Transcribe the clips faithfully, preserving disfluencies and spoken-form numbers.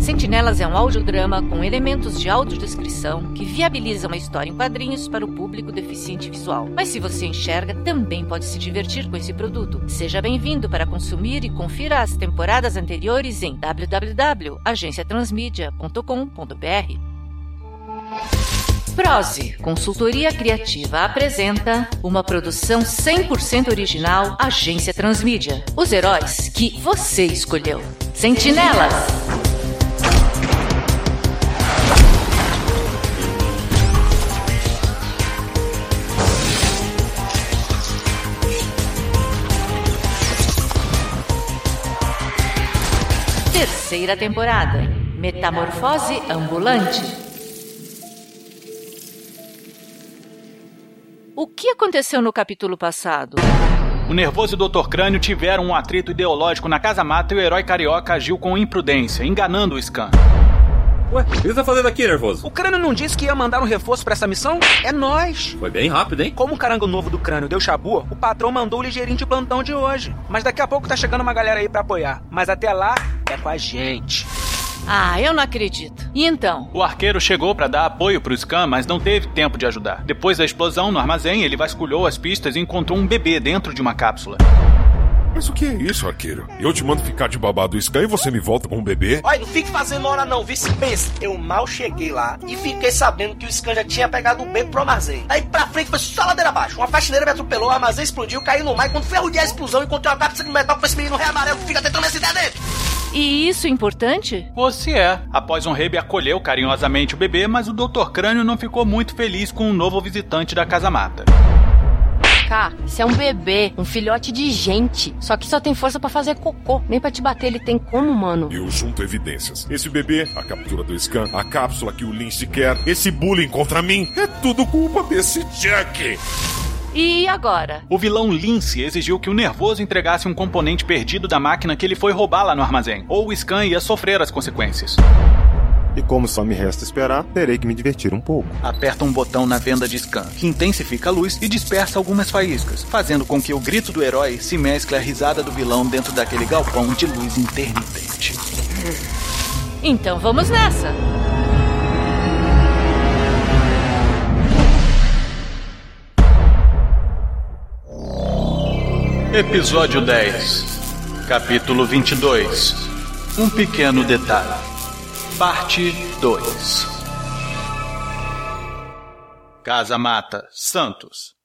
Sentinelas é um audiodrama com elementos de audiodescrição que viabilizam a história em quadrinhos para o público deficiente visual. Mas se você enxerga, também pode se divertir com esse produto. Seja bem-vindo para consumir e confira as temporadas anteriores em w w w ponto agência transmídia ponto com ponto b r. Prose, consultoria criativa, apresenta uma produção cem por cento original Agência Transmídia. Os heróis que você escolheu. Sentinelas! Terceira temporada. Metamorfose ambulante. O que aconteceu no capítulo passado? O Nervoso e o doutor Crânio tiveram um atrito ideológico na Casa Mata e o herói carioca agiu com imprudência, enganando o Scan. Ué, o que você tá fazendo aqui, Nervoso? O Crânio não disse que ia mandar um reforço pra essa missão? É nóis! Foi bem rápido, hein? Como o carango novo do Crânio deu chabu, o patrão mandou o ligeirinho de plantão de hoje. Mas daqui a pouco tá chegando uma galera aí pra apoiar. Mas até lá, é com a gente. Ah, eu não acredito. E então? O arqueiro chegou pra dar apoio pro Scan, mas não teve tempo de ajudar. Depois da explosão no armazém, ele vasculhou as pistas e encontrou um bebê dentro de uma cápsula. Mas o que é isso, arqueiro? Eu te mando ficar de babá do Scan e você me volta com um bebê? Olha, não fique fazendo hora não, vice. Pensa, eu mal cheguei lá e fiquei sabendo que o Scan já tinha pegado o bebê pro armazém. Aí pra frente foi só ladeira abaixo. Uma faxineira me atropelou, o armazém explodiu, caiu no mar e quando ferrudei a explosão, encontrei uma cápsula de metal com esse menino rei amarelo que fica tentando essa ideia dentro. E isso é importante? Você é. Após um Rebe acolheu carinhosamente o bebê, mas o doutor Crânio não ficou muito feliz com o novo visitante da Casa Mata. Cá, isso é um bebê, um filhote de gente. Só que só tem força pra fazer cocô. Nem pra te bater ele tem como, mano. Eu junto evidências. Esse bebê, a captura do Scan, a cápsula que o Lince quer, esse bullying contra mim, é tudo culpa desse Jack. E agora? O vilão Lince exigiu que o Nervoso entregasse um componente perdido da máquina que ele foi roubar lá no armazém, ou o Scan ia sofrer as consequências. E como só me resta esperar, terei que me divertir um pouco. Aperta um botão na venda de Scan, que intensifica a luz e dispersa algumas faíscas, fazendo com que o grito do herói se mescle à risada do vilão dentro daquele galpão de luz intermitente. Então vamos nessa! Episódio dez, Capítulo vinte e dois. Um pequeno detalhe. Parte dois. Casa Mata, Santos.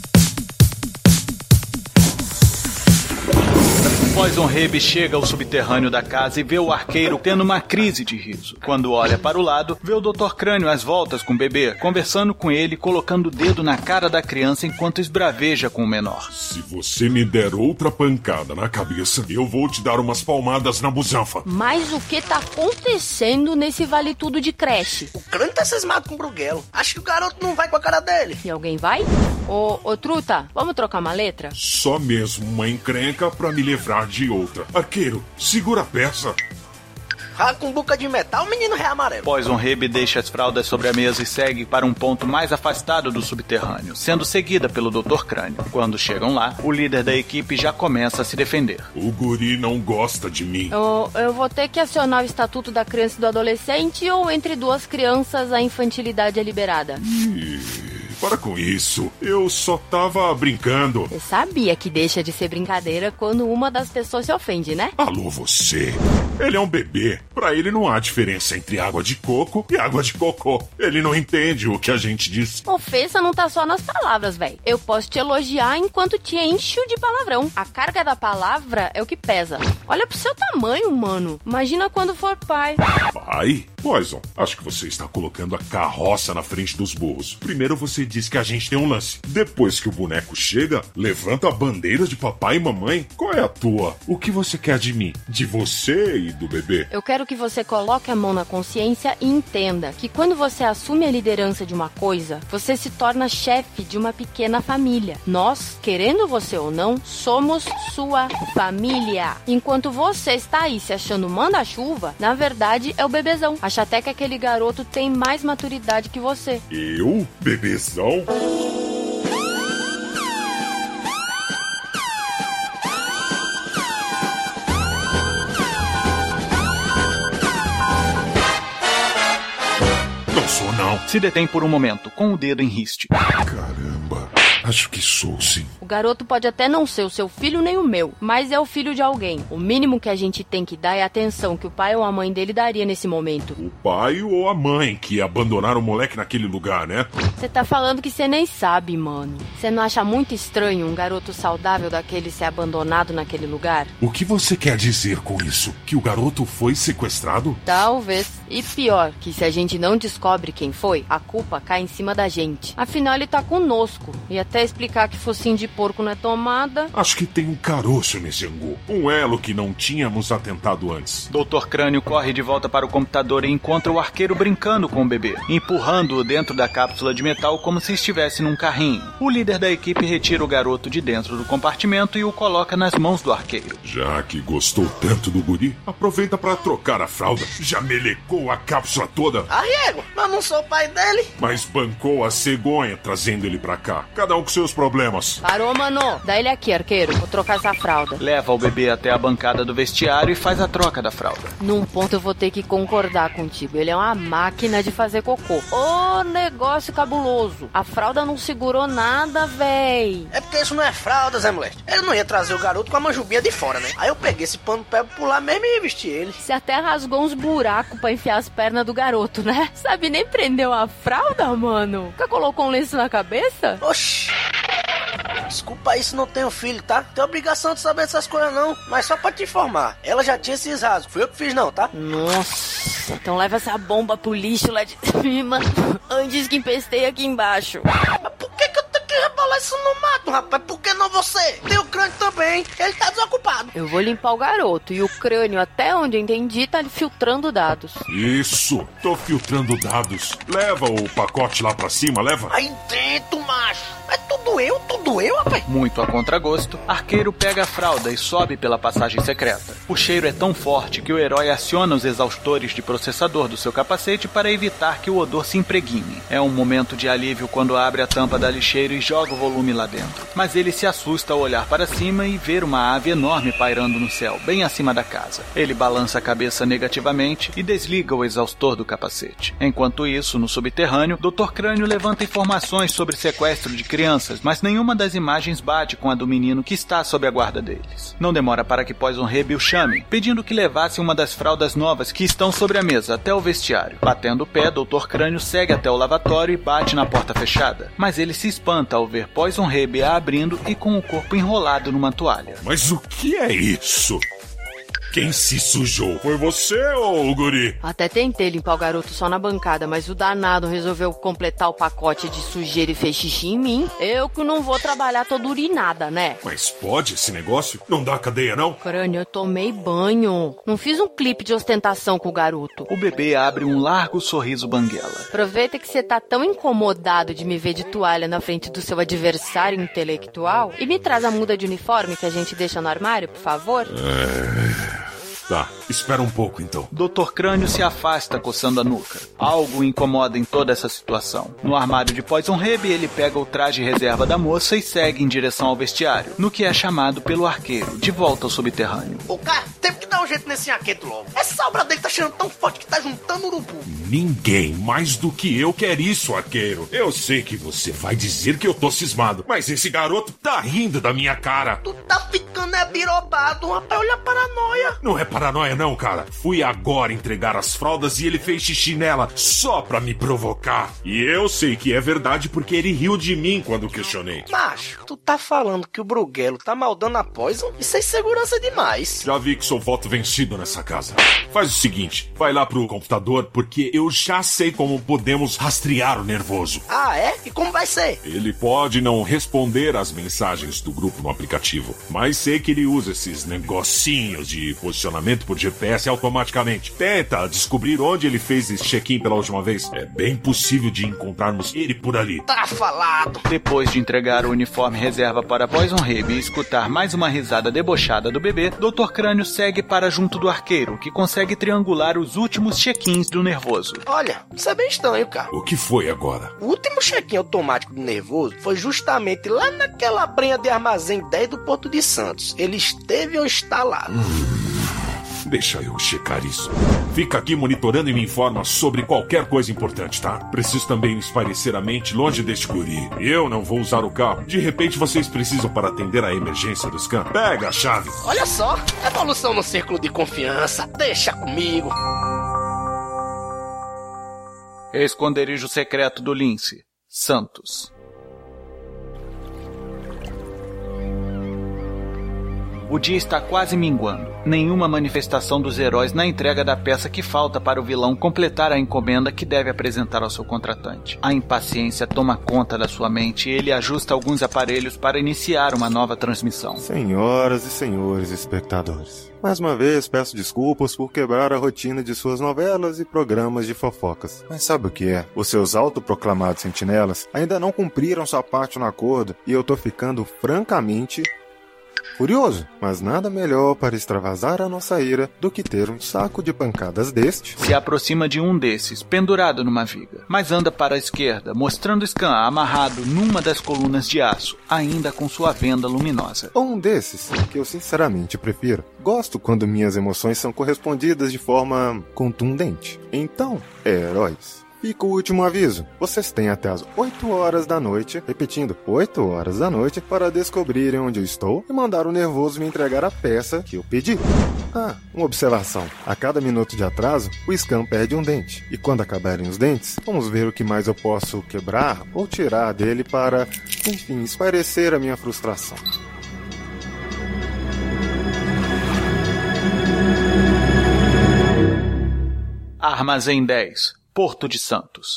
Poison Rebe chega ao subterrâneo da casa e vê o arqueiro tendo uma crise de riso. Quando olha para o lado, vê o doutor Crânio às voltas com o bebê, conversando com ele, colocando o dedo na cara da criança enquanto esbraveja com o menor. Se você me der outra pancada na cabeça, eu vou te dar umas palmadas na busanfa. Mas o que tá acontecendo nesse vale tudo de creche? O Crânio tá cismado com o Bruguelo. Acho que o garoto não vai com a cara dele. E alguém vai? Ô, ô Truta, vamos trocar uma letra? Só mesmo uma encrenca pra me livrar de outra. Arqueiro, segura a peça. Ah, com boca de metal, o menino rei amarelo. Poison Rebe deixa as fraldas sobre a mesa e segue para um ponto mais afastado do subterrâneo, sendo seguida pelo doutor Crânio. Quando chegam lá, o líder da equipe já começa a se defender. O guri não gosta de mim. Eu, eu vou ter que acionar o Estatuto da Criança e do Adolescente ou entre duas crianças a infantilidade é liberada? Ih... Para com isso, eu só tava brincando. Você sabia que deixa de ser brincadeira quando uma das pessoas se ofende, né? Alô, você. Ele é um bebê. Pra ele não há diferença entre água de coco e água de cocô. Ele não entende o que a gente diz. Ofensa não tá só nas palavras, velho. Eu posso te elogiar enquanto te encho de palavrão. A carga da palavra é o que pesa. Olha pro seu tamanho, mano. Imagina quando for pai. Pai? Poison, acho que você está colocando a carroça na frente dos burros. Primeiro você diz que a gente tem um lance. Depois que o boneco chega, levanta a bandeira de papai e mamãe. Qual é a tua? O que você quer de mim? De você e do bebê? Eu quero que você coloque a mão na consciência e entenda que quando você assume a liderança de uma coisa, você se torna chefe de uma pequena família. Nós, querendo você ou não, somos sua família. Enquanto você está aí se achando manda-chuva, na verdade é o bebezão. Acha até que aquele garoto tem mais maturidade que você. Eu? Bebezão? não. Se detém por um momento, com o dedo em riste. Caramba, acho que sou sim. O garoto pode até não ser o seu filho nem o meu, mas é o filho de alguém. O mínimo que a gente tem que dar é a atenção que o pai ou a mãe dele daria nesse momento. O pai ou a mãe que abandonaram o moleque naquele lugar, né? Você tá falando que você nem sabe, mano. Você não acha muito estranho um garoto saudável daquele ser abandonado naquele lugar? O que você quer dizer com isso? Que o garoto foi sequestrado? Talvez. E pior, que se a gente não descobre quem foi, a culpa cai em cima da gente. Afinal, ele tá conosco. E até explicar que focinho de porco não é tomada... Acho que tem um caroço nesse angu. Um elo que não tínhamos atentado antes. doutor Crânio corre de volta para o computador e encontra o arqueiro brincando com o bebê, empurrando-o dentro da cápsula de metal como se estivesse num carrinho. O líder da equipe retira o garoto de dentro do compartimento e o coloca nas mãos do arqueiro. Já que gostou tanto do guri, aproveita para trocar a fralda. Já melecou a cápsula toda. Arriego, mas não sou o pai dele. Mas bancou a cegonha trazendo ele pra cá. Cada um com seus problemas. Parou, mano. Dá ele aqui, arqueiro. Vou trocar essa fralda. Leva o bebê até a bancada do vestiário e faz a troca da fralda. Num ponto eu vou ter que concordar contigo. Ele é uma máquina de fazer cocô. Ô, negócio cabuloso. A fralda não segurou nada, véi. É porque isso não é fralda, Zé Moleque. Ele não ia trazer o garoto com a manjubinha de fora, né? Aí eu peguei esse pano pé por lá mesmo e vesti ele. Você até rasgou uns buracos pra enfiar as pernas do garoto, né? Sabe nem prendeu a fralda, mano? Nunca colocou um lenço na cabeça? Oxi. Desculpa isso, não tenho filho, tá? Tenho obrigação de saber essas coisas não. Mas só pra te informar, ela já tinha esses rasgos. Fui eu que fiz não, tá? Nossa, então leva essa bomba pro lixo lá de cima antes que empesteie aqui embaixo. Mas por que que eu tenho que rebolar isso no mato, rapaz? Por que não você? Tem o crânio também, ele tá desocupado. Eu vou limpar o garoto e o crânio, até onde eu entendi, tá filtrando dados. Isso, tô filtrando dados. Leva o pacote lá pra cima, leva. Aí dentro, macho. É tudo eu, tudo eu, rapaz. Muito a contragosto, Arqueiro pega a fralda e sobe pela passagem secreta. O cheiro é tão forte que o herói aciona os exaustores de processador do seu capacete para evitar que o odor se impregne. É um momento de alívio quando abre a tampa da lixeira e joga o volume lá dentro. Mas ele se assusta ao olhar para cima e ver uma ave enorme pairando no céu, bem acima da casa. Ele balança a cabeça negativamente e desliga o exaustor do capacete. Enquanto isso, no subterrâneo, doutor Crânio levanta informações sobre sequestro de crianças, mas nenhuma das imagens bate com a do menino que está sob a guarda deles. Não demora para que Poison Rebe o chame, pedindo que levasse uma das fraldas novas que estão sobre a mesa até o vestiário. Batendo o pé, doutor Crânio segue até o lavatório e bate na porta fechada. Mas ele se espanta ao ver Poison Rebe a abrindo e com o corpo enrolado numa toalha. Mas o que é isso? Quem se sujou? Foi você ou o guri? Até tentei limpar o garoto só na bancada, mas o danado resolveu completar o pacote de sujeira e fez xixi em mim. Eu que não vou trabalhar toda urinada, né? Mas pode esse negócio? Não dá cadeia, não? Crânio, eu tomei banho. Não fiz um clipe de ostentação com o garoto. O bebê abre um largo sorriso banguela. Aproveita que você tá tão incomodado de me ver de toalha na frente do seu adversário intelectual e me traz a muda de uniforme que a gente deixa no armário, por favor. É... Tá, espera um pouco então. doutor Crânio se afasta coçando a nuca. Algo o incomoda em toda essa situação. No armário de Poison Rebe, ele pega o traje reserva da moça e segue em direção ao vestiário, no que é chamado pelo arqueiro, de volta ao subterrâneo. O cara teve que dar um jeito nesse arqueiro logo. Essa obra dele tá cheirando tão forte que tá juntando urubu. Ninguém mais do que eu quer isso, arqueiro. Eu sei que você vai dizer que eu tô cismado, mas esse garoto tá rindo da minha cara. Tu tá ficando é birobado, rapaz, olha a paranoia. Não é paranoia não, cara. Fui agora entregar as fraldas e ele fez xixi nela só pra me provocar. E eu sei que é verdade porque ele riu de mim quando questionei. Macho, tu tá falando que o Bruguelo tá maldando a Poison? Isso é insegurança demais. Já vi que sou voto vencido nessa casa. Faz o seguinte, vai lá pro computador porque eu já sei como podemos rastrear o nervoso. Ah, é? E como vai ser? Ele pode não responder às mensagens do grupo no aplicativo, mas sei que ele usa esses negocinhos de posicionamento por G P S automaticamente. Tenta descobrir onde ele fez esse check-in pela última vez. É bem possível de encontrarmos ele por ali. Tá falado. Depois de entregar o uniforme reserva para Poison Rebe e escutar mais uma risada debochada do bebê, doutor Crânio segue para junto do arqueiro, que consegue triangular os últimos check-ins do nervoso. Olha, isso é bem estranho, cara. O que foi agora? O último check-in automático do nervoso foi justamente lá naquela brenha de armazém dez do Porto de Santos. Ele esteve ou está lá. Hum. Deixa eu checar isso. Fica aqui monitorando e me informa sobre qualquer coisa importante, tá? Preciso também espairecer a mente longe deste guri. Eu não vou usar o carro. De repente vocês precisam para atender a emergência do Scan. Pega a chave. Olha só, evolução no círculo de confiança. Deixa comigo. Esconderijo secreto do Lince, Santos. O dia está quase minguando. Nenhuma manifestação dos heróis na entrega da peça que falta para o vilão completar a encomenda que deve apresentar ao seu contratante. A impaciência toma conta da sua mente e ele ajusta alguns aparelhos para iniciar uma nova transmissão. Senhoras e senhores espectadores, mais uma vez peço desculpas por quebrar a rotina de suas novelas e programas de fofocas. Mas sabe o que é? Os seus autoproclamados sentinelas ainda não cumpriram sua parte no acordo e eu tô ficando francamente... furioso, mas nada melhor para extravasar a nossa ira do que ter um saco de pancadas deste. Se aproxima de um desses, pendurado numa viga, mas anda para a esquerda, mostrando Scan amarrado numa das colunas de aço, ainda com sua venda luminosa. Ou um desses, que eu sinceramente prefiro. Gosto quando minhas emoções são correspondidas de forma contundente. Então, heróis. Fica o último aviso. Vocês têm até as oito horas da noite, repetindo, oito horas da noite, para descobrirem onde eu estou e mandar o nervoso me entregar a peça que eu pedi. Ah, uma observação. A cada minuto de atraso, o Scan perde um dente. E quando acabarem os dentes, vamos ver o que mais eu posso quebrar ou tirar dele para, enfim, espairecer a minha frustração. Armazém dez, Porto de Santos.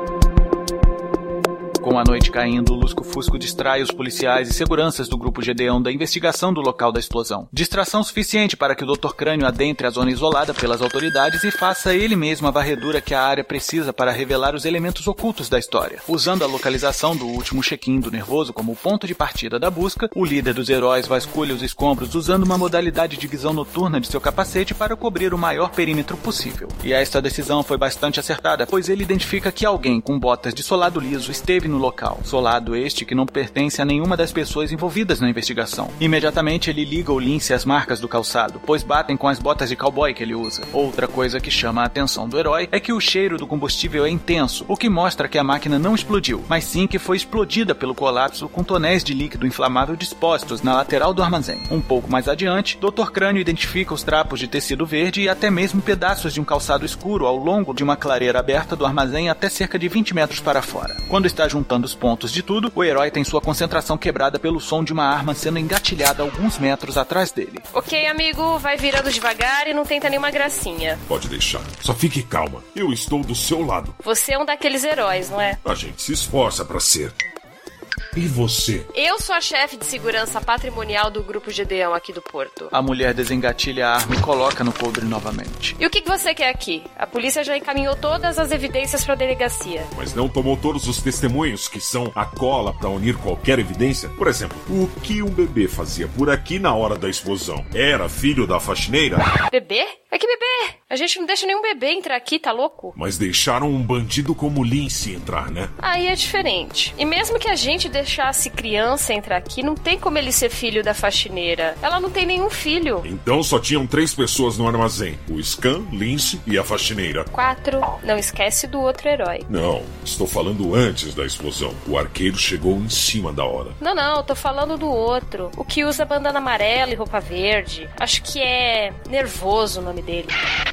Com a noite caindo, o lusco-fusco distrai os policiais e seguranças do Grupo Gedeão da investigação do local da explosão. Distração suficiente para que o doutor Crânio adentre a zona isolada pelas autoridades e faça ele mesmo a varredura que a área precisa para revelar os elementos ocultos da história. Usando a localização do último check-in do Nervoso como ponto de partida da busca, o líder dos heróis vasculha os escombros usando uma modalidade de visão noturna de seu capacete para cobrir o maior perímetro possível. E esta decisão foi bastante acertada, pois ele identifica que alguém com botas de solado liso esteve no local, solado este que não pertence a nenhuma das pessoas envolvidas na investigação. Imediatamente ele liga o Lince às marcas do calçado, pois batem com as botas de cowboy que ele usa. Outra coisa que chama a atenção do herói é que o cheiro do combustível é intenso, o que mostra que a máquina não explodiu, mas sim que foi explodida pelo colapso com tonéis de líquido inflamável dispostos na lateral do armazém. Um pouco mais adiante, doutor Crânio identifica os trapos de tecido verde e até mesmo pedaços de um calçado escuro ao longo de uma clareira aberta do armazém até cerca de vinte metros para fora. Quando está juntando os pontos de tudo, o herói tem sua concentração quebrada pelo som de uma arma sendo engatilhada alguns metros atrás dele. Ok, amigo, vai virando devagar e não tenta nenhuma gracinha. Pode deixar. Só fique calma. Eu estou do seu lado. Você é um daqueles heróis, não é? A gente se esforça pra ser. E você? Eu sou a chefe de segurança patrimonial do Grupo Gedeão aqui do Porto. A mulher desengatilha a arma e coloca no coldre novamente. E o que você quer aqui? A polícia já encaminhou todas as evidências para a delegacia. Mas não tomou todos os testemunhos que são a cola para unir qualquer evidência? Por exemplo, o que um bebê fazia por aqui na hora da explosão? Era filho da faxineira? Bebê? É que bebê? A gente não deixa nenhum bebê entrar aqui, tá louco? Mas deixaram um bandido como Lince entrar, né? Aí é diferente. E mesmo que a gente deixasse criança entrar aqui, não tem como ele ser filho da faxineira. Ela não tem nenhum filho. Então só tinham três pessoas no armazém. O Scan, Lince e a faxineira. Quatro. Não esquece do outro herói. Não, estou falando antes da explosão. O arqueiro chegou em cima da hora. Não, não, tô falando do outro. O que usa bandana amarela e roupa verde. Acho que é Nervoso o nome dele.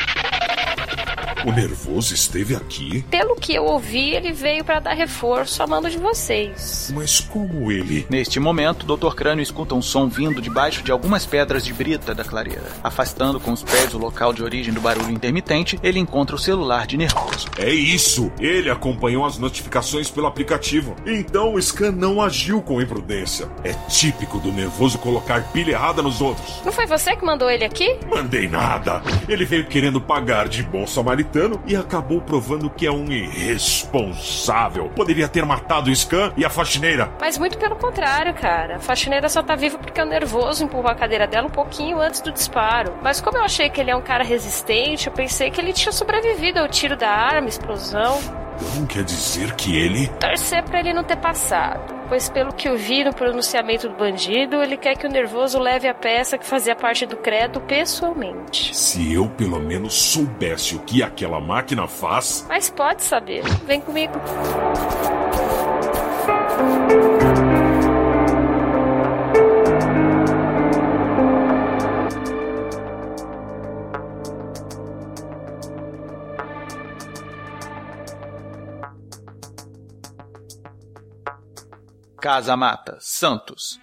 O Nervoso esteve aqui? Pelo que eu ouvi, ele veio pra dar reforço a mando de vocês. Mas como ele? Neste momento, o doutor Crânio escuta um som vindo debaixo de algumas pedras de brita da clareira. Afastando com os pés o local de origem do barulho intermitente, ele encontra o celular de Nervoso. É isso! Ele acompanhou as notificações pelo aplicativo. Então o Scan não agiu com imprudência. É típico do Nervoso colocar pilha errada nos outros. Não foi você que mandou ele aqui? Mandei nada. Ele veio querendo pagar de bom samaritano e acabou provando que é um irresponsável. Poderia ter matado o Scan e a faxineira. Mas muito pelo contrário, cara. A faxineira só tá viva porque o Nervoso empurrou a cadeira dela um pouquinho antes do disparo. Mas como eu achei que ele é um cara resistente, eu pensei que ele tinha sobrevivido ao tiro da arma, explosão. Então quer dizer que ele... Torcer pra ele não ter passado. pois pelo que eu vi no pronunciamento do bandido, ele quer que o nervoso leve a peça que fazia parte do credo pessoalmente. Se eu pelo menos soubesse o que aquela máquina faz... Mas pode saber. Vem comigo. Casa Mata, Santos.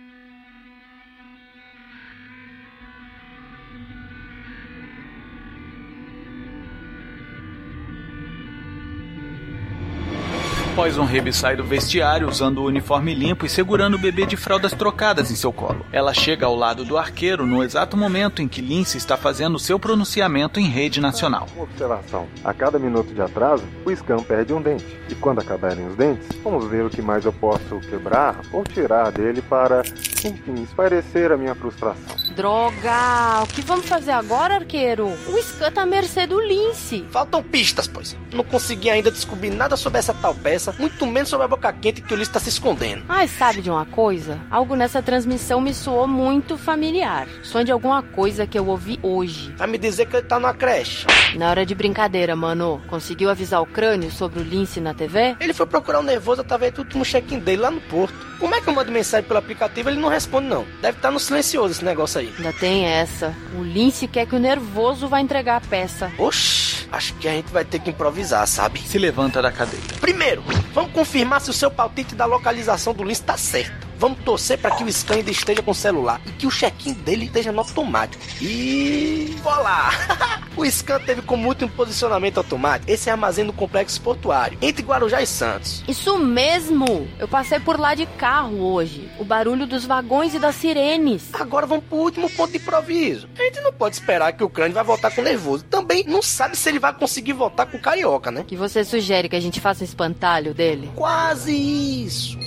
Poison Rib sai do vestiário usando o uniforme limpo e segurando o bebê de fraldas trocadas em seu colo. Ela chega ao lado do arqueiro no exato momento em que Lince está fazendo seu pronunciamento em rede nacional. Uma observação. A cada minuto de atraso, o Scan perde um dente. E quando acabarem os dentes, vamos ver o que mais eu posso quebrar ou tirar dele para, enfim, espairecer a minha frustração. Droga! O que vamos fazer agora, arqueiro? O Scan tá à mercê do Lince. Faltam pistas, pois. Não consegui ainda descobrir nada sobre essa tal peça, muito menos sobre a boca quente que o Lince tá se escondendo. Ah, sabe de uma coisa? Algo nessa transmissão me soou muito familiar. Sonho de alguma coisa que eu ouvi hoje. Vai me dizer que ele tá numa creche. Na hora de brincadeira, mano. Conseguiu avisar o crânio sobre o Lince na T V? Ele foi procurar o nervoso através do último check-in dele lá no porto. Como é que eu mando mensagem pelo aplicativo e ele não responde, não? Deve estar no silencioso esse negócio aí. Ainda tem essa. O Lince quer que o nervoso vá entregar a peça. Oxi, acho que a gente vai ter que improvisar, sabe? Se levanta da cadeira. Primeiro, vamos confirmar se o seu palpite da localização do Lince tá certo. Vamos torcer para que o Scan ainda esteja com o celular e que o check-in dele esteja no automático. E... vou lá! O Scan teve como último posicionamento automático esse armazém no complexo portuário, entre Guarujá e Santos. Isso mesmo! Eu passei por lá de carro hoje. O barulho dos vagões e das sirenes. Agora vamos pro último ponto de improviso. A gente não pode esperar que o crânio vai voltar com o nervoso. Também não sabe se ele vai conseguir voltar com o carioca, né? Que você sugere que a gente faça um espantalho dele? Quase isso!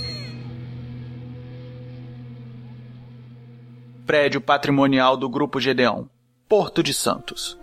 Prédio patrimonial do Grupo Gedeon, Porto de Santos.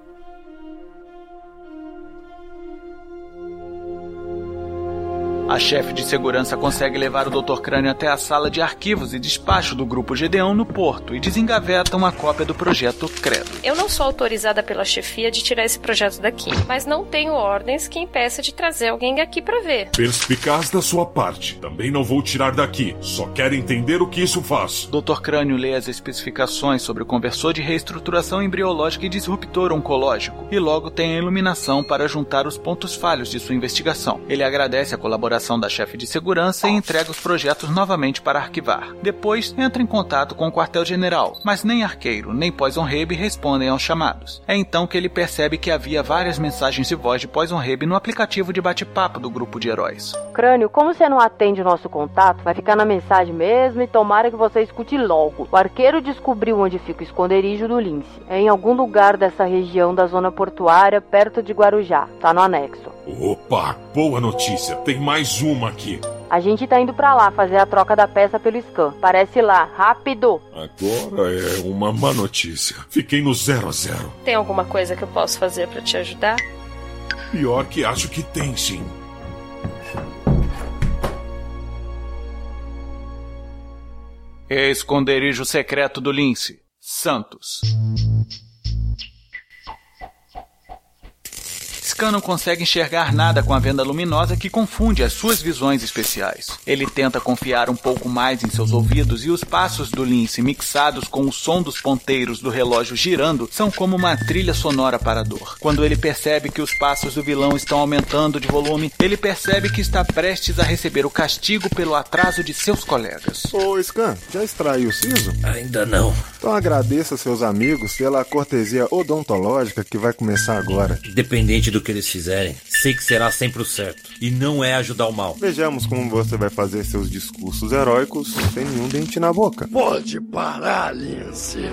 A chefe de segurança consegue levar o doutor Crânio até a sala de arquivos e despacho do Grupo Gedeon no porto e desengaveta uma cópia do projeto Credo. Eu não sou autorizada pela chefia de tirar esse projeto daqui, mas não tenho ordens que impeça de trazer alguém aqui pra ver. Perspicaz da sua parte. Também não vou tirar daqui. Só quero entender o que isso faz. doutor Crânio lê as especificações sobre o conversor de reestruturação embriológica e disruptor oncológico e logo tem a iluminação para juntar os pontos falhos de sua investigação. Ele agradece a colaboração da chefe de segurança e entrega os projetos novamente para arquivar. Depois, entra em contato com o quartel-general, mas nem Arqueiro nem Poison Rib respondem aos chamados. É então que ele percebe que havia várias mensagens de voz de Poison Rib no aplicativo de bate-papo do grupo de heróis. Crânio, como você não atende o nosso contato, vai ficar na mensagem mesmo e tomara que você escute logo. O Arqueiro descobriu onde fica o esconderijo do Lince. É em algum lugar dessa região da zona portuária, perto de Guarujá. Tá no anexo. Opa, boa notícia. Tem mais uma aqui. A gente tá indo pra lá fazer a troca da peça pelo Scan. Parece lá, rápido. Agora é uma má notícia. Fiquei no zero a zero. Tem alguma coisa que eu posso fazer pra te ajudar? Pior que acho que tem, sim. Esconderijo secreto do Lince, Santos. Scan não consegue enxergar nada com a venda luminosa que confunde as suas visões especiais. Ele tenta confiar um pouco mais em seus ouvidos e os passos do Lince, mixados com o som dos ponteiros do relógio girando, são como uma trilha sonora para a dor. Quando ele percebe que os passos do vilão estão aumentando de volume, ele percebe que está prestes a receber o castigo pelo atraso de seus colegas. Ô, Scan, já extraiu o siso? Ainda não. Então agradeça seus amigos pela cortesia odontológica que vai começar agora. Independente do que eles fizerem, sei que será sempre o certo. E não é ajudar o mal. Vejamos como você vai fazer seus discursos heróicos sem nenhum dente na boca. Pode parar, Lince.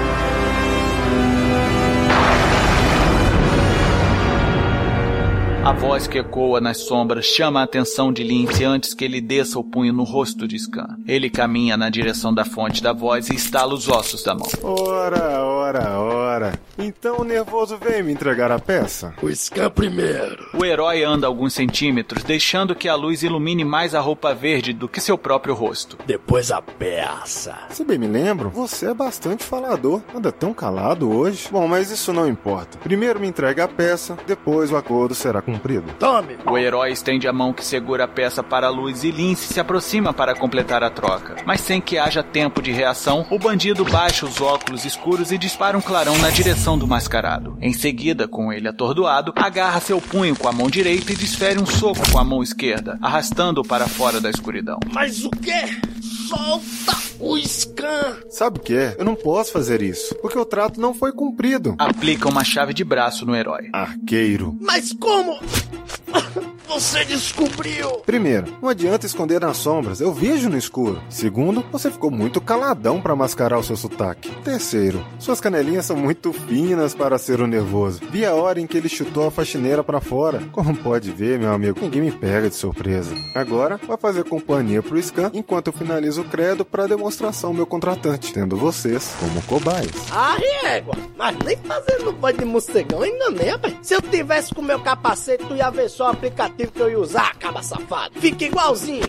A A voz que ecoa nas sombras chama a atenção de Lince antes que ele desça o punho no rosto de Scan. Ele caminha na direção da fonte da voz e estala os ossos da mão. Ora, ora, ora. Então o nervoso veio me entregar a peça? O Scan primeiro. O herói anda alguns centímetros, deixando que a luz ilumine mais a roupa verde do que seu próprio rosto. Depois a peça. Se bem me lembro, você é bastante falador. Anda tão calado hoje. Bom, mas isso não importa. Primeiro me entrega a peça, depois o acordo será cumprido. Tome! O herói estende a mão que segura a peça para a luz e Lince se aproxima para completar a troca. Mas sem que haja tempo de reação, o bandido baixa os óculos escuros e dispara um clarão na direção do mascarado. Em seguida, com ele atordoado, agarra seu punho com a mão direita e desfere um soco com a mão esquerda, arrastando-o para fora da escuridão. Mas o quê? Solta o Scan! Sabe o que é? Eu não posso fazer isso, porque o trato não foi cumprido. Aplica uma chave de braço no herói. Arqueiro. Mas como? Você descobriu! Primeiro, não adianta esconder nas sombras, eu vejo no escuro. Segundo, você ficou muito caladão para mascarar o seu sotaque. Terceiro, suas canelinhas são muito finas para ser o nervoso. Vi a hora em que ele chutou a faxineira para fora. Como pode ver, meu amigo, ninguém me pega de surpresa. Agora, vai fazer companhia pro Scan enquanto eu finalizo o credo para demonstração meu contratante, tendo vocês como cobaias. Ah, régua! Mas nem fazendo banho de morcegão ainda nem, rapaz. Se eu tivesse com meu capacete, tu ia ver só o aplicativo que eu ia usar, caba safado. Fica igualzinho.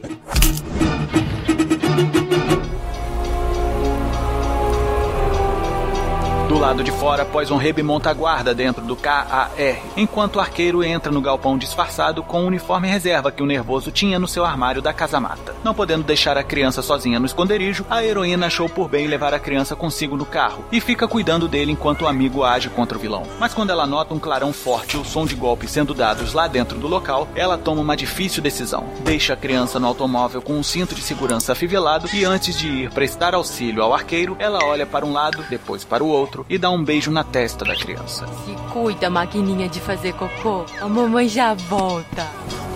Do lado de fora, Poison Rebe monta a guarda dentro do K A R, enquanto o arqueiro entra no galpão disfarçado com o uniforme reserva que o nervoso tinha no seu armário da casa-mata. Não podendo deixar a criança sozinha no esconderijo, a heroína achou por bem levar a criança consigo no carro e fica cuidando dele enquanto o amigo age contra o vilão. Mas quando ela nota um clarão forte e o som de golpes sendo dados lá dentro do local, ela toma uma difícil decisão. Deixa a criança no automóvel com um cinto de segurança afivelado e antes de ir prestar auxílio ao arqueiro, ela olha para um lado, depois para o outro e dá um beijo na testa da criança. Se cuida, maquininha de fazer cocô. A mamãe já volta.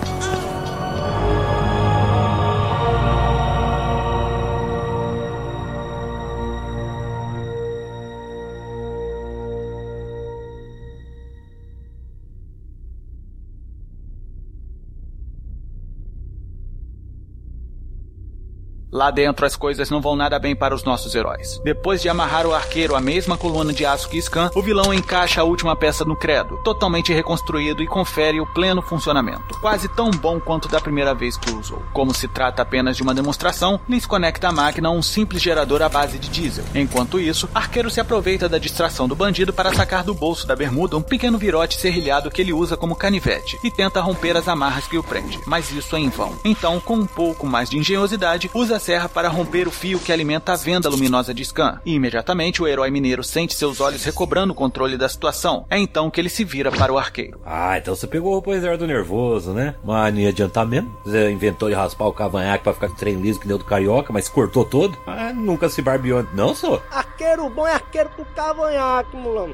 Lá dentro as coisas não vão nada bem para os nossos heróis. Depois de amarrar o arqueiro à mesma coluna de aço que Scan, o vilão encaixa a última peça no credo, totalmente reconstruído e confere o pleno funcionamento, quase tão bom quanto da primeira vez que o usou. Como se trata apenas de uma demonstração, Lince conecta a máquina a um simples gerador à base de diesel. Enquanto isso, arqueiro se aproveita da distração do bandido para sacar do bolso da bermuda um pequeno virote serrilhado que ele usa como canivete e tenta romper as amarras que o prende, mas isso é em vão. Então, com um pouco mais de engenhosidade, usa a serra para romper o fio que alimenta a venda luminosa de Scan. E imediatamente o herói mineiro sente seus olhos recobrando o controle da situação. É então que ele se vira para o arqueiro. Ah, então você pegou o repousar do nervoso, né? Mas não ia adiantar mesmo. Você inventou de raspar o cavanhaque pra ficar com o trem liso que deu do carioca, mas cortou todo. Ah, nunca se barbeou, não, sou? Arqueiro bom é arqueiro com cavanhaque, mulano.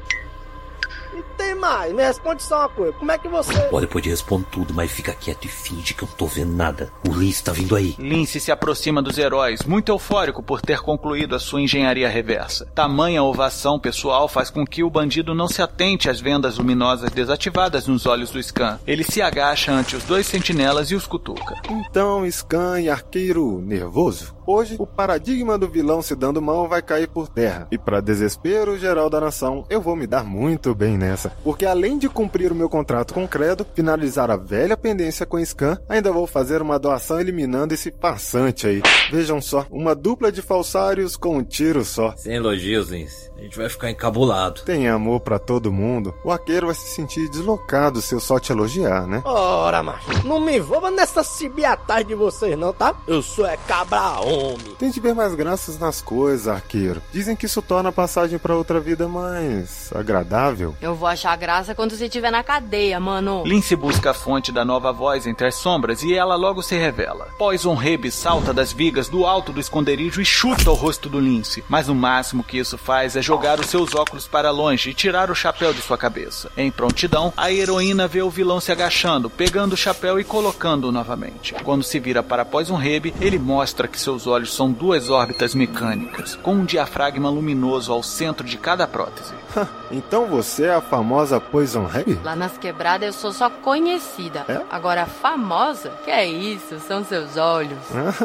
E tem mais, me responde só uma coisa, como é que você... Pode, depois de responder tudo, mas fica quieto e finge que eu não tô vendo nada. O Lince tá vindo aí. Lince se aproxima dos heróis, muito eufórico por ter concluído a sua engenharia reversa. Tamanha ovação pessoal faz com que o bandido não se atente às vendas luminosas desativadas nos olhos do Scan. Ele se agacha ante os dois sentinelas e os cutuca. Então, Scan e arqueiro nervoso, hoje o paradigma do vilão se dando mal vai cair por terra. E para desespero geral da nação, eu vou me dar muito bem nessa. Porque além de cumprir o meu contrato com o Credo, finalizar a velha pendência com Scan, ainda vou fazer uma doação eliminando esse passante aí. Vejam só, uma dupla de falsários com um tiro só. Sem elogios, Lince. A gente vai ficar encabulado. Tem amor pra todo mundo. O arqueiro vai se sentir deslocado se eu só te elogiar, né? Ora, macho, não me envolva nessa cibiatagem de vocês não, tá? Eu sou é cabra homem. Tente ver mais graças nas coisas, arqueiro. Dizem que isso torna a passagem pra outra vida mais agradável. Eu vou achar graça quando você estiver na cadeia, mano. Lince busca a fonte da nova voz entre as sombras e ela logo se revela. Poison Rebe salta das vigas do alto do esconderijo e chuta o rosto do Lince, mas o máximo que isso faz é jogar os seus óculos para longe e tirar o chapéu de sua cabeça. Em prontidão, a heroína vê o vilão se agachando, pegando o chapéu e colocando-o novamente. Quando se vira para Poison Rebe, ele mostra que seus olhos são duas órbitas mecânicas, com um diafragma luminoso ao centro de cada prótese. Então você é a famosa Poison Ivy? Lá nas quebradas eu sou só conhecida. É? Agora famosa? Que é isso? São seus olhos.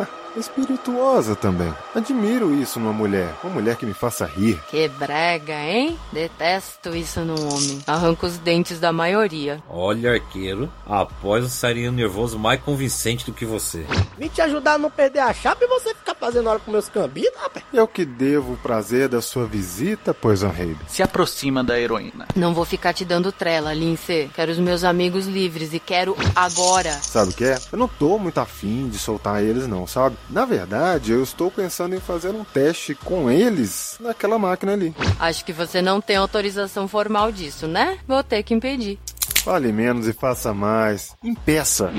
Espirituosa também. Admiro isso numa mulher. Uma mulher que me faça rir. Que brega, hein? Detesto isso num homem. Arranco os dentes da maioria. Olha, arqueiro, após eu sairia nervoso mais convincente do que você. Vim te ajudar a não perder a chapa e você ficar fazendo hora com meus cambitos, rapaz. Eu que devo o prazer da sua visita, Poison Ivy. Se aproxima da heroína. Não vou ficar te dando trela, Lince. Quero os meus amigos livres e quero agora. Sabe o que é? Eu não tô muito afim de soltar eles não, sabe? Na verdade, eu estou pensando em fazer um teste com eles naquela máquina ali. Acho que você não tem autorização formal disso, né? Vou ter que impedir. Fale menos e faça mais. Impeça,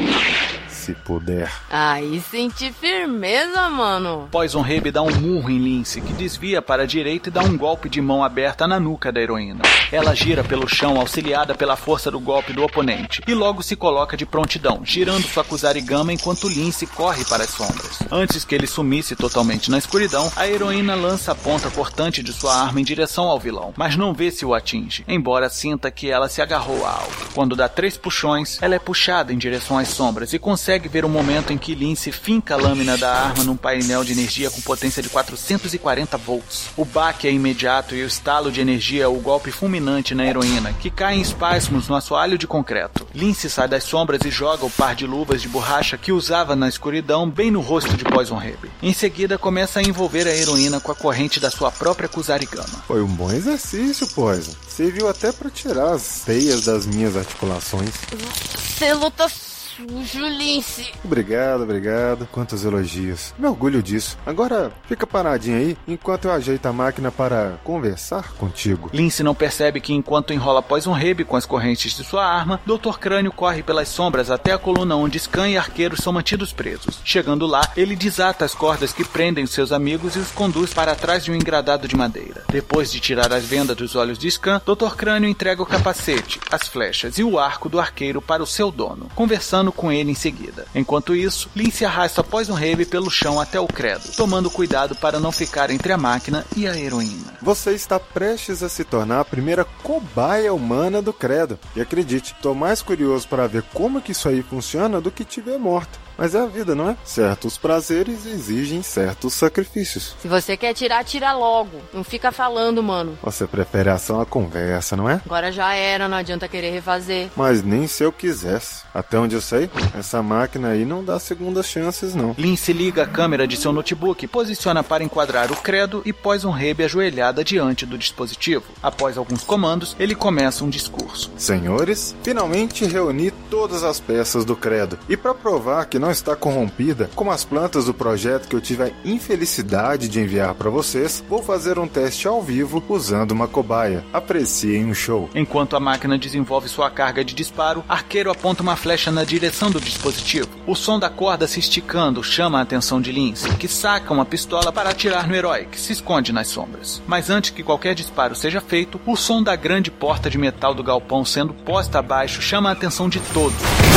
se puder. Aí senti firmeza, mano. Poison Ivy dá um murro em Lince, que desvia para a direita e dá um golpe de mão aberta na nuca da heroína. Ela gira pelo chão, auxiliada pela força do golpe do oponente, e logo se coloca de prontidão, girando sua Kusarigama enquanto Lince corre para as sombras. Antes que ele sumisse totalmente na escuridão, a heroína lança a ponta cortante de sua arma em direção ao vilão, mas não vê se o atinge, embora sinta que ela se agarrou a algo. Quando dá três puxões, ela é puxada em direção às sombras e consegue ver o momento em que Lince finca a lâmina da arma num painel de energia com potência de quatrocentos e quarenta volts. O baque é imediato e o estalo de energia é o golpe fulminante na heroína, que cai em espasmos no assoalho de concreto. Lince sai das sombras e joga o par de luvas de borracha que usava na escuridão bem no rosto de Poison Ivy. Em seguida, começa a envolver a heroína com a corrente da sua própria Kusarigama. Foi um bom exercício, Poison. Serviu até para tirar as teias das minhas articulações. Você luta sujo, Lince. Obrigado, obrigado. Quantos elogios. Me orgulho disso. Agora, fica paradinho aí, enquanto eu ajeito a máquina para conversar contigo. Lince não percebe que enquanto enrola Poison Ivy com as correntes de sua arma, doutor Crânio corre pelas sombras até a coluna onde Scan e arqueiros são mantidos presos. Chegando lá, ele desata as cordas que prendem os seus amigos e os conduz para trás de um engradado de madeira. Depois de tirar as vendas dos olhos de Scan, doutor Crânio entrega o capacete, as flechas e o arco do arqueiro para o seu dono, conversando com ele em seguida. Enquanto isso, Lince arrasta Poison Ivy pelo chão até o credo, tomando cuidado para não ficar entre a máquina e a heroína. Você está prestes a se tornar a primeira cobaia humana do credo. E acredite, tô mais curioso para ver como que isso aí funciona do que te ver morto. Mas é a vida, não é? Certos prazeres exigem certos sacrifícios. Se você quer tirar, tira logo. Não fica falando, mano. Você prefere a ação à conversa, não é? Agora já era, não adianta querer refazer. Mas nem se eu quisesse. Até onde eu sei, essa máquina aí não dá segundas chances, não. Lince liga a câmera de seu notebook, posiciona para enquadrar o credo e Poison Ivy ajoelhada diante do dispositivo. Após alguns comandos, ele começa um discurso. Senhores, finalmente reuni todas as peças do credo. E para provar que não está corrompida, como as plantas do projeto que eu tive a infelicidade de enviar para vocês, vou fazer um teste ao vivo usando uma cobaia. Apreciem o show. Enquanto a máquina desenvolve sua carga de disparo, Arqueiro aponta uma flecha na direção do dispositivo. O som da corda se esticando chama a atenção de Lince, que saca uma pistola para atirar no herói, que se esconde nas sombras. Mas antes que qualquer disparo seja feito, o som da grande porta de metal do galpão sendo posta abaixo chama a atenção de todos.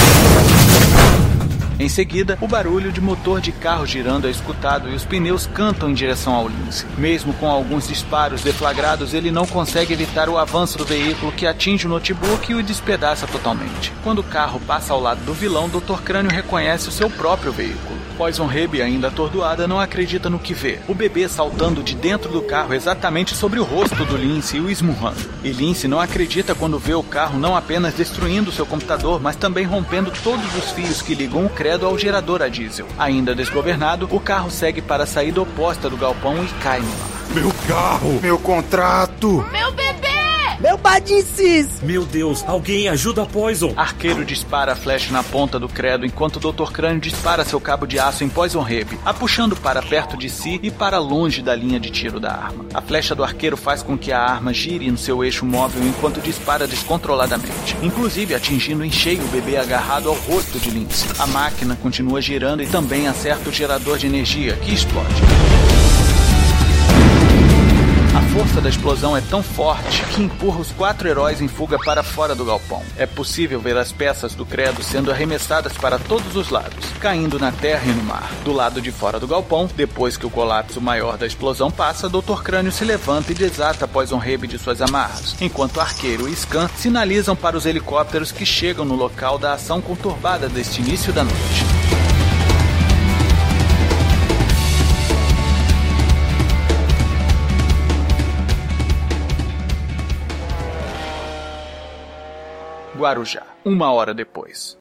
Em seguida, o barulho de motor de carro girando é escutado e os pneus cantam em direção ao Lince. Mesmo com alguns disparos deflagrados, ele não consegue evitar o avanço do veículo que atinge o notebook e o despedaça totalmente. Quando o carro passa ao lado do vilão, doutor Crânio reconhece o seu próprio veículo. Poison Ivy, ainda atordoada, não acredita no que vê. O bebê saltando de dentro do carro exatamente sobre o rosto do Lince e o esmurrando. E Lince não acredita quando vê o carro não apenas destruindo seu computador, mas também rompendo todos os fios que ligam o credo ao gerador a diesel. Ainda desgovernado, o carro segue para a saída oposta do galpão e cai no mar. Meu carro! Meu contrato! Meu bebê! Meu badicis! Meu Deus, alguém ajuda a Poison! Arqueiro dispara a flecha na ponta do credo, enquanto o doutor Crânio dispara seu cabo de aço em Poison Ivy, a puxando para perto de si e para longe da linha de tiro da arma. A flecha do arqueiro faz com que a arma gire no seu eixo móvel enquanto dispara descontroladamente, inclusive atingindo em cheio o bebê agarrado ao rosto de Lince. A máquina continua girando e também acerta o gerador de energia, que explode. A força da explosão é tão forte que empurra os quatro heróis em fuga para fora do galpão. É possível ver as peças do credo sendo arremessadas para todos os lados, caindo na terra e no mar. Do lado de fora do galpão, depois que o colapso maior da explosão passa, doutor Crânio se levanta e desata Poison Rabe de suas amarras, enquanto Arqueiro e Scan sinalizam para os helicópteros que chegam no local da ação conturbada deste início da noite. Guarujá, uma hora depois.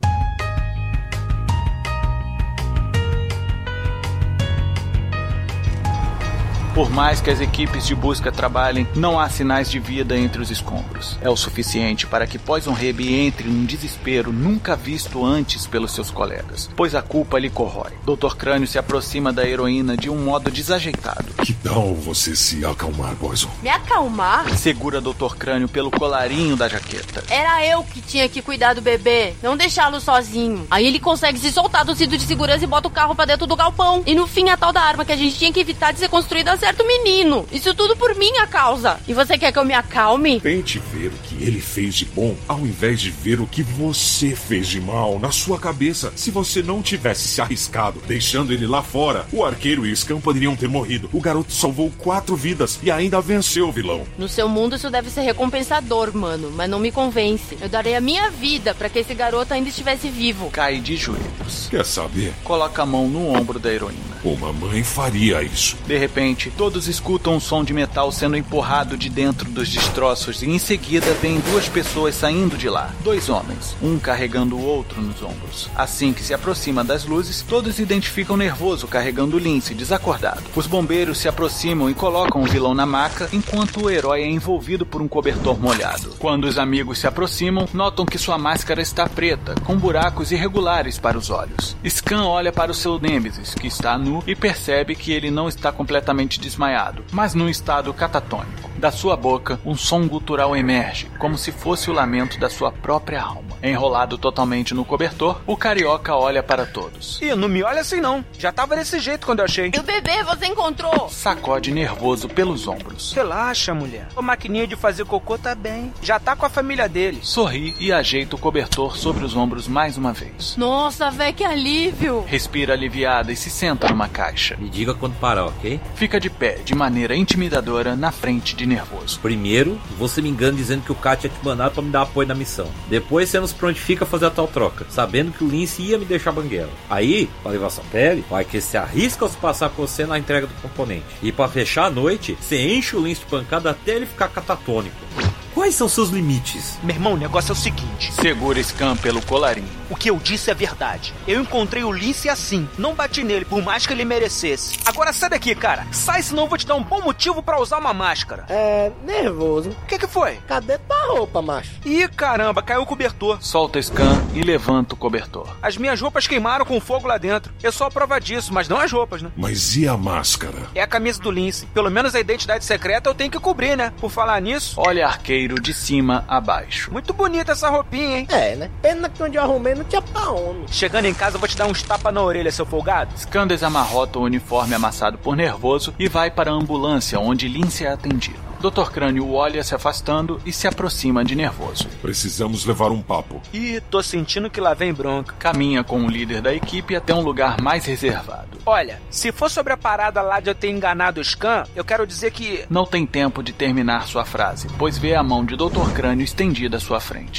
Por mais que as equipes de busca trabalhem, não há sinais de vida entre os escombros. É o suficiente para que Poison Rabe entre num desespero nunca visto antes pelos seus colegas, pois a culpa lhe corrói. doutor Crânio se aproxima da heroína de um modo desajeitado. Que tal você se acalmar, Poison? Me acalmar? Segura doutor Crânio pelo colarinho da jaqueta. Era eu que tinha que cuidar do bebê, não deixá-lo sozinho. Aí ele consegue se soltar do cinto de segurança e bota o carro pra dentro do galpão. E no fim, a tal da arma que a gente tinha que evitar de ser construída certo menino. Isso tudo por minha causa. E você quer que eu me acalme? Tente ver o que ele fez de bom, ao invés de ver o que você fez de mal na sua cabeça. Se você não tivesse se arriscado, deixando ele lá fora, o Arqueiro e o Scan poderiam ter morrido. O garoto salvou quatro vidas e ainda venceu o vilão. No seu mundo isso deve ser recompensador, mano, mas não me convence. Eu darei a minha vida pra que esse garoto ainda estivesse vivo. Cai de joelhos. Quer saber? Coloca a mão no ombro da heroína. Uma mãe faria isso. De repente, todos escutam um som de metal sendo empurrado de dentro dos destroços e em seguida vêm duas pessoas saindo de lá. Dois homens, um carregando o outro nos ombros. Assim que se aproxima das luzes, todos identificam Nervoso carregando Lince, desacordado. Os bombeiros se aproximam e colocam o vilão na maca, enquanto o herói é envolvido por um cobertor molhado. Quando os amigos se aproximam, notam que sua máscara está preta, com buracos irregulares para os olhos. Scan olha para o seu Nêmesis, que está nu, e percebe que ele não está completamente desmaiado, mas num estado catatônico. Da sua boca, um som gutural emerge, como se fosse o lamento da sua própria alma. Enrolado totalmente no cobertor, o carioca olha para todos. Ih, não me olha assim não. Já tava desse jeito quando eu achei. E o bebê você encontrou? Sacode nervoso pelos ombros. Relaxa, mulher. A maquininha de fazer cocô tá bem. Já tá com a família dele. Sorri e ajeita o cobertor sobre os ombros mais uma vez. Nossa, véi, que alívio. Respira aliviada e se senta numa caixa. Me diga quando parar, ok? Fica de pé, de maneira intimidadora, na frente de Nervoso. Primeiro, você me engana dizendo que o Kat tinha te mandado pra me dar apoio na missão. Depois você nos prontifica a fazer a tal troca, sabendo que o Lince ia me deixar banguela. Aí, pra levar sua pele, vai que você arrisca se passar com você na entrega do componente. E pra fechar a noite, você enche o Lince de pancada até ele ficar catatônico. Quais são seus limites? Meu irmão, o negócio é o seguinte. Segura Scan pelo colarinho. O que eu disse é verdade. Eu encontrei o Lince assim. Não bati nele, por mais que ele merecesse. Agora sai daqui, cara. Sai, senão eu vou te dar um bom motivo pra usar uma máscara. É... nervoso. O que que foi? Cadê tua roupa, macho? Ih, caramba, caiu o cobertor. Solta Scan e levanta o cobertor. As minhas roupas queimaram com fogo lá dentro. É só a prova disso, mas não as roupas, né? Mas e a máscara? É a camisa do Lince. Pelo menos a identidade secreta eu tenho que cobrir, né? Por falar nisso... Olha Arqueiro de cima a baixo. Muito bonita essa roupinha, hein? É, né? Pena que onde eu arrumei não tinha pra homem. Chegando em casa eu vou te dar uns tapas na orelha, seu folgado. Scan desamarrota o uniforme amassado por Nervoso e vai para a ambulância, onde Lince é atendido. doutor Crânio o olha se afastando e se aproxima de Nervoso. Precisamos levar um papo. Ih, tô sentindo que lá vem bronca. Caminha com o líder da equipe até um lugar mais reservado. Olha, se for sobre a parada lá de eu ter enganado o Scan, eu quero dizer que... Não tem tempo de terminar sua frase, pois vê a mão de doutor Crânio estendida à sua frente.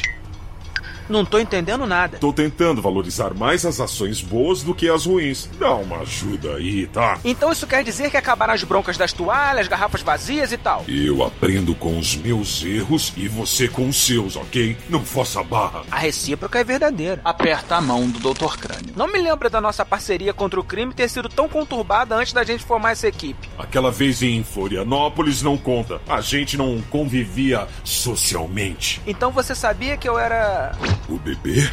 Não tô entendendo nada. Tô tentando valorizar mais as ações boas do que as ruins. Dá uma ajuda aí, tá? Então isso quer dizer que acabaram as broncas das toalhas, garrafas vazias e tal? Eu aprendo com os meus erros e você com os seus, ok? Não força a barra. A recíproca é verdadeira. Aperta a mão do doutor Crânio. Não me lembra da nossa parceria contra o crime ter sido tão conturbada antes da gente formar essa equipe. Aquela vez em Florianópolis não conta. A gente não convivia socialmente. Então você sabia que eu era... O bebê? Sim.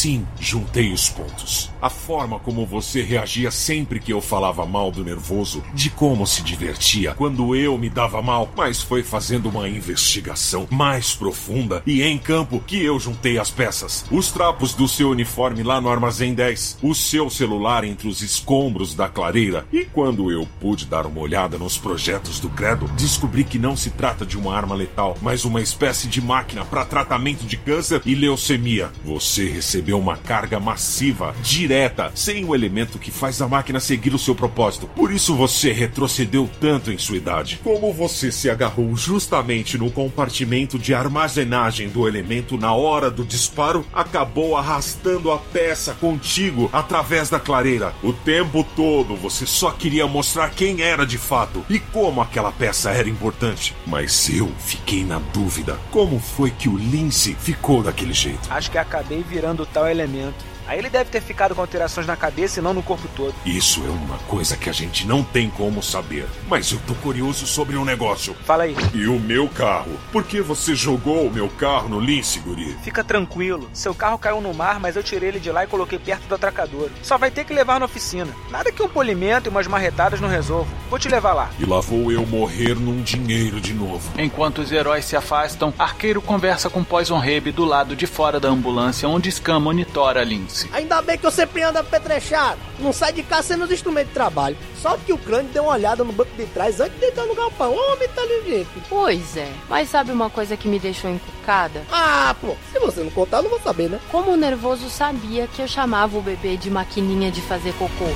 Sim, juntei os pontos. A forma como você reagia sempre que eu falava mal do Nervoso, de como se divertia quando eu me dava mal, mas foi fazendo uma investigação mais profunda e em campo que eu juntei as peças. Os trapos do seu uniforme lá no Armazém dez, o seu celular entre os escombros da clareira, e quando eu pude dar uma olhada nos projetos do Credo, descobri que não se trata de uma arma letal, mas uma espécie de máquina para tratamento de câncer e leucemia. Você recebeu uma carga massiva, direta, sem o elemento que faz a máquina seguir o seu propósito. Por isso você retrocedeu tanto em sua idade. Como você se agarrou justamente no compartimento de armazenagem do elemento na hora do disparo, acabou arrastando a peça contigo através da clareira. O tempo todo você só queria mostrar quem era de fato e como aquela peça era importante. Mas eu fiquei na dúvida. Como foi que o Lince ficou daquele jeito? Acho que acabei virando tal elemento. Aí ele deve ter ficado com alterações na cabeça e não no corpo todo. Isso é uma coisa que a gente não tem como saber. Mas eu tô curioso sobre um negócio. Fala aí. E o meu carro? Por que você jogou o meu carro no Lince, guri? Fica tranquilo. Seu carro caiu no mar, mas eu tirei ele de lá e coloquei perto do atracadouro. Só vai ter que levar na oficina. Nada que um polimento e umas marretadas não resolvam. Vou te levar lá. E lá vou eu morrer num dinheiro de novo. Enquanto os heróis se afastam, Arqueiro conversa com Poison Rabe do lado de fora da ambulância, onde Scan monitora Lince. Ainda bem que eu sempre ando apetrechado. Não sai de casa sem os instrumentos de trabalho. Só que o Crânio deu uma olhada no banco de trás antes de entrar no galpão. Homem inteligente. Pois é. Mas sabe uma coisa que me deixou encucada? Ah, pô. Se você não contar, eu não vou saber, né? Como o Nervoso sabia que eu chamava o bebê de maquininha de fazer cocô?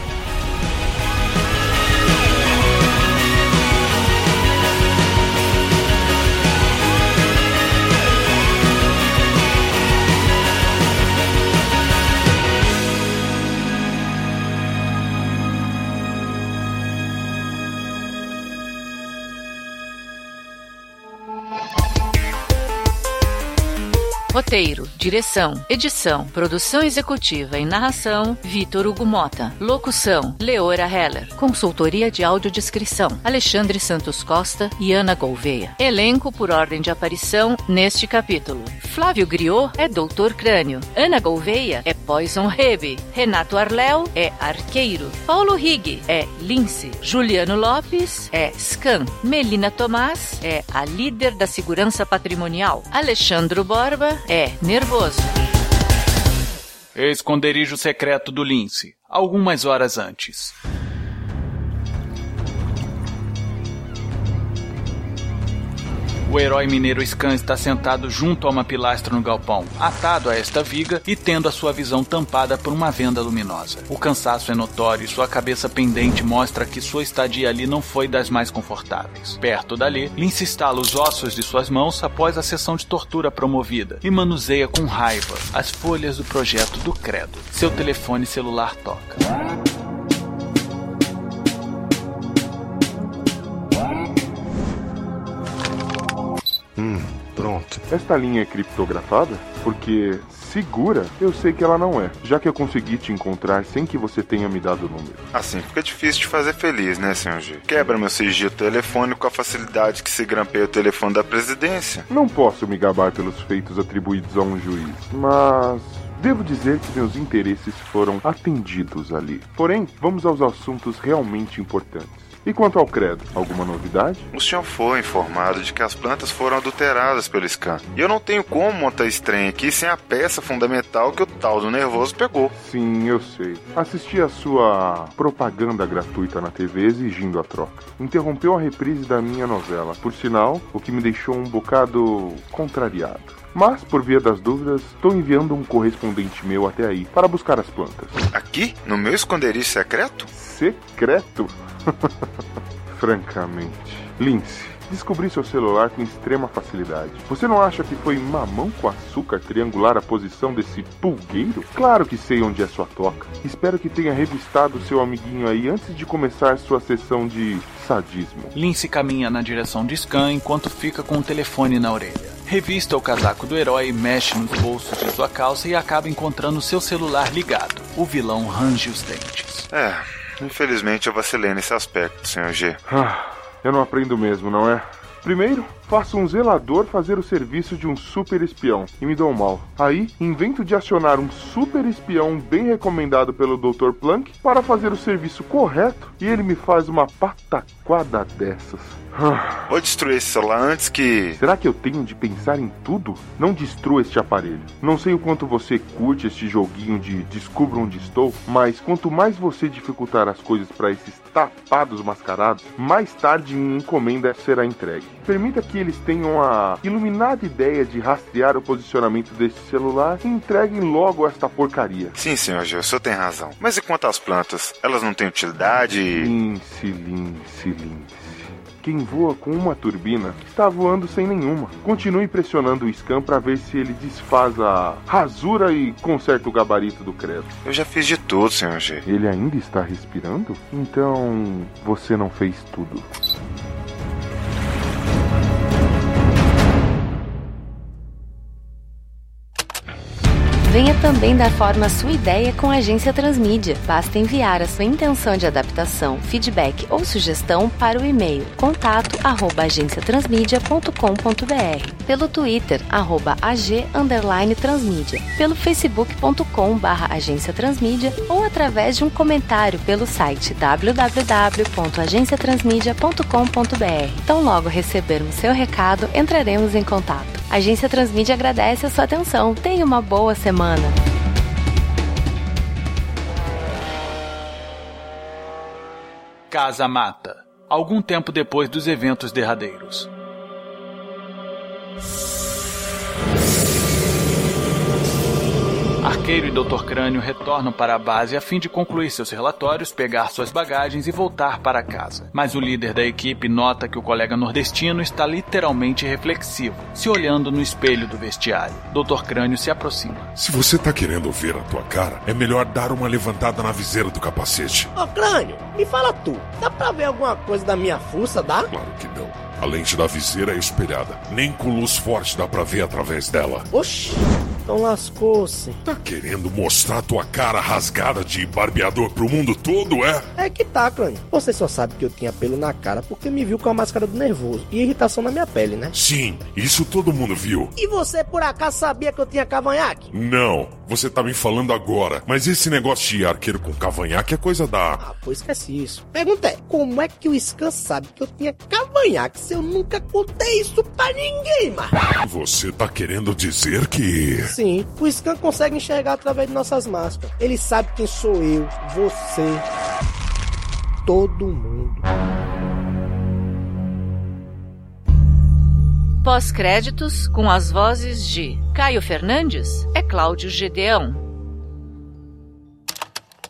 Roteiro, direção, edição, produção executiva e narração, Vitor Hugo Mota. Locução, Leora Heller. Consultoria de audiodescrição, Alexandre Santos Costa e Ana Gouveia. Elenco por ordem de aparição neste capítulo. Flávio Griot é Doutor Crânio. Ana Gouveia é Poison Rabe. Renato Arléu é Arqueiro. Paulo Rigg é Lince. Juliano Lopes é Scan. Melina Tomás é a líder da segurança patrimonial. Alexandro Borba é Nervoso. Esconderijo secreto do Lince, algumas horas antes. O herói mineiro Scan está sentado junto a uma pilastra no galpão, atado a esta viga e tendo a sua visão tampada por uma venda luminosa. O cansaço é notório e sua cabeça pendente mostra que sua estadia ali não foi das mais confortáveis. Perto dali, Lince estala os ossos de suas mãos após a sessão de tortura promovida e manuseia com raiva as folhas do projeto do Credo. Seu telefone celular toca. Hum, pronto. Esta linha é criptografada? Porque segura, eu sei que ela não é, já que eu consegui te encontrar sem que você tenha me dado o número. Assim fica difícil de fazer feliz, né, senhor G? Quebra meu sigilo telefônico com a facilidade que se grampeia o telefone da presidência. Não posso me gabar pelos feitos atribuídos a um juiz, mas devo dizer que meus interesses foram atendidos ali. Porém, vamos aos assuntos realmente importantes. E quanto ao Credo, alguma novidade? O senhor foi informado de que as plantas foram adulteradas pelo Scan. E eu não tenho como montar esse trem aqui sem a peça fundamental que o tal do Nervoso pegou. Sim, eu sei. Assisti a sua propaganda gratuita na T V exigindo a troca. Interrompeu a reprise da minha novela. Por sinal, o que me deixou um bocado contrariado. Mas, por via das dúvidas, estou enviando um correspondente meu até aí para buscar as plantas. Aqui? No meu esconderijo secreto? Secreto? Francamente. Lince, descobri seu celular com extrema facilidade. Você não acha que foi mamão com açúcar triangular a posição desse pulgueiro? Claro que sei onde é sua toca. Espero que tenha revistado seu amiguinho aí antes de começar sua sessão de sadismo. Lince caminha na direção de Scan enquanto fica com o telefone na orelha. Revista o casaco do herói, mexe nos bolsos de sua calça e acaba encontrando seu celular ligado. O vilão range os dentes. É, infelizmente eu vacilei nesse aspecto, senhor G. Ah, eu não aprendo mesmo, não é? Primeiro, faço um zelador fazer o serviço de um super espião e me dou mal. Aí, invento de acionar um super espião bem recomendado pelo doutor Planck para fazer o serviço correto e ele me faz uma pataquada dessas. Vou destruir esse celular antes que... Será que eu tenho de pensar em tudo? Não destrua este aparelho. Não sei o quanto você curte este joguinho de descubra onde estou, mas quanto mais você dificultar as coisas para esses tapados mascarados, mais tarde minha encomenda será entregue. Permita que eles tenham a iluminada ideia de rastrear o posicionamento deste celular e entreguem logo esta porcaria. Sim, senhor G, o senhor tem razão. Mas e quanto às plantas? Elas não têm utilidade? Lince, lince, lince. Quem voa com uma turbina está voando sem nenhuma. Continue pressionando o scan para ver se ele desfaz a rasura e conserta o gabarito do credo. Eu já fiz de tudo, senhor G. Ele ainda está respirando? Então, você não fez tudo. Venha também dar forma à sua ideia com a Agência Transmídia. Basta enviar a sua intenção de adaptação, feedback ou sugestão para o e-mail contato arroba agência transmídia ponto com ponto br, pelo Twitter, arroba ag underline transmídia, pelo facebook ponto com barra agência transmídia ou através de um comentário pelo site w w w ponto agência transmídia ponto com ponto br. Tão logo recebermos seu recado, entraremos em contato. A Agência Transmídia agradece a sua atenção. Tenha uma boa semana. Casa Mata. Algum tempo depois dos eventos derradeiros. Arqueiro e doutor Crânio retornam para a base a fim de concluir seus relatórios, pegar suas bagagens e voltar para casa. Mas o líder da equipe nota que o colega nordestino está literalmente reflexivo, se olhando no espelho do vestiário. doutor Crânio se aproxima. Se você tá querendo ver a tua cara, é melhor dar uma levantada na viseira do capacete. Ô, Crânio, me fala tu, dá pra ver alguma coisa da minha fuça, dá? Claro que não. A lente da viseira é espelhada. Nem com luz forte dá pra ver através dela. Oxi, então lascou-se. Tá querendo mostrar tua cara rasgada de barbeador pro mundo todo, é? É que tá, Crânio. Você só sabe que eu tinha pelo na cara porque me viu com a máscara do nervoso e irritação na minha pele, né? Sim, isso todo mundo viu. E você por acaso sabia que eu tinha cavanhaque? Não, você tá me falando agora. Mas esse negócio de arqueiro com cavanhaque é coisa da... Ah, pô, esqueci isso. Pergunta é, como é que o Scan sabe que eu tinha cavanhaque se eu nunca contei isso pra ninguém, mano? Você tá querendo dizer que... Sim, o Scan consegue enxergar através de nossas máscaras. Ele sabe quem sou eu, você, todo mundo. Pós-créditos com as vozes de Caio Fernandes é Cláudio Gedeão,